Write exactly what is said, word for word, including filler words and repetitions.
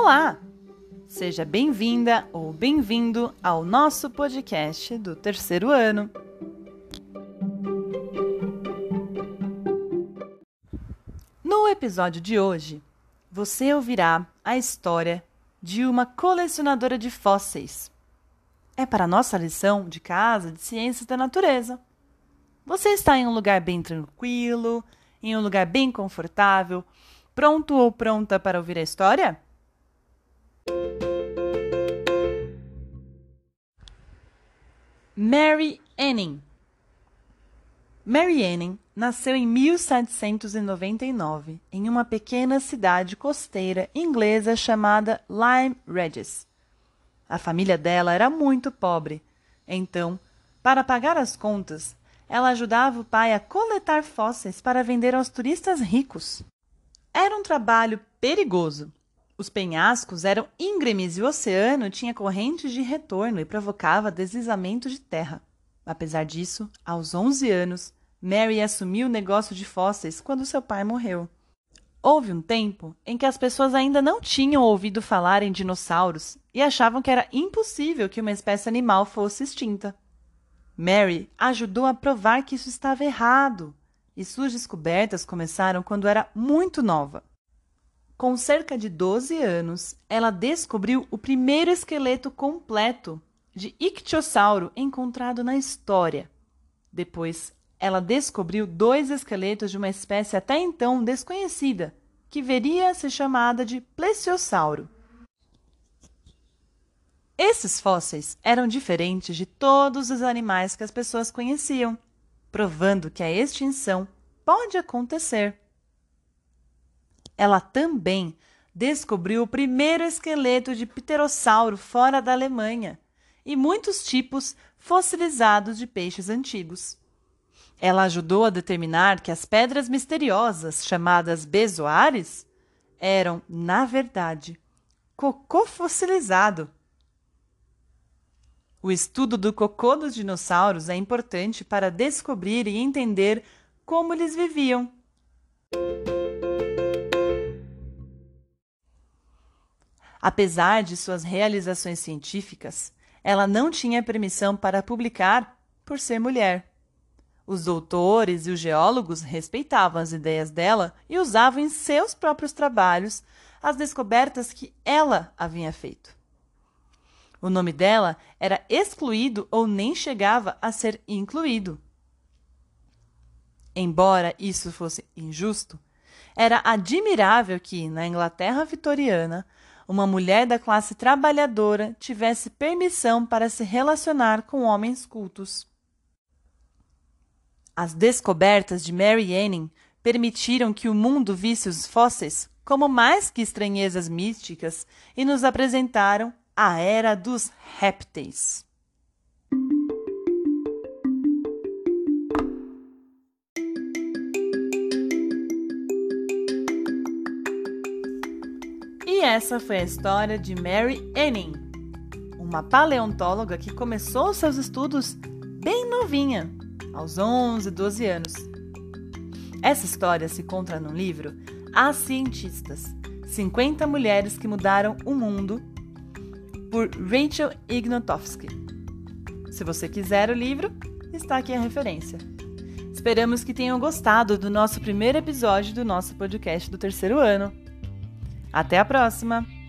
Olá! Seja bem-vinda ou bem-vindo ao nosso podcast do terceiro ano. No episódio de hoje, você ouvirá a história de uma colecionadora de fósseis. É para a nossa lição de casa de Ciências da Natureza. Você está em um lugar bem tranquilo, em um lugar bem confortável, pronto ou pronta para ouvir a história? Mary Anning. Mary Anning nasceu em mil setecentos e noventa e nove em uma pequena cidade costeira inglesa chamada Lyme Regis. A família dela era muito pobre, então, para pagar as contas, ela ajudava o pai a coletar fósseis para vender aos turistas ricos. Era um trabalho perigoso. Os penhascos eram íngremes e o oceano tinha correntes de retorno e provocava deslizamento de terra. Apesar disso, aos onze anos, Mary assumiu o negócio de fósseis quando seu pai morreu. Houve um tempo em que as pessoas ainda não tinham ouvido falar em dinossauros e achavam que era impossível que uma espécie animal fosse extinta. Mary ajudou a provar que isso estava errado, e suas descobertas começaram quando era muito nova. Com cerca de doze anos, ela descobriu o primeiro esqueleto completo de ictiosauro encontrado na história. Depois, ela descobriu dois esqueletos de uma espécie até então desconhecida, que viria a ser chamada de plesiosauro. Esses fósseis eram diferentes de todos os animais que as pessoas conheciam, provando que a extinção pode acontecer. Ela também descobriu o primeiro esqueleto de pterossauro fora da Alemanha e muitos tipos fossilizados de peixes antigos. Ela ajudou a determinar que as pedras misteriosas, chamadas bezoares, eram, na verdade, cocô fossilizado. O estudo do cocô dos dinossauros é importante para descobrir e entender como eles viviam. Apesar de suas realizações científicas, ela não tinha permissão para publicar por ser mulher. Os doutores e os geólogos respeitavam as ideias dela e usavam em seus próprios trabalhos as descobertas que ela havia feito. O nome dela era excluído ou nem chegava a ser incluído. Embora isso fosse injusto, era admirável que, na Inglaterra vitoriana, uma mulher da classe trabalhadora tivesse permissão para se relacionar com homens cultos. As descobertas de Mary Anning permitiram que o mundo visse os fósseis como mais que estranhezas místicas e nos apresentaram a Era dos Répteis. E essa foi a história de Mary Anning, uma paleontóloga que começou seus estudos bem novinha, aos onze, doze anos. Essa história se conta no livro As Cientistas, cinquenta Mulheres que Mudaram o Mundo, por Rachel Ignotofsky. Se você quiser o livro, está aqui a referência. Esperamos que tenham gostado do nosso primeiro episódio do nosso podcast do terceiro ano. Até a próxima!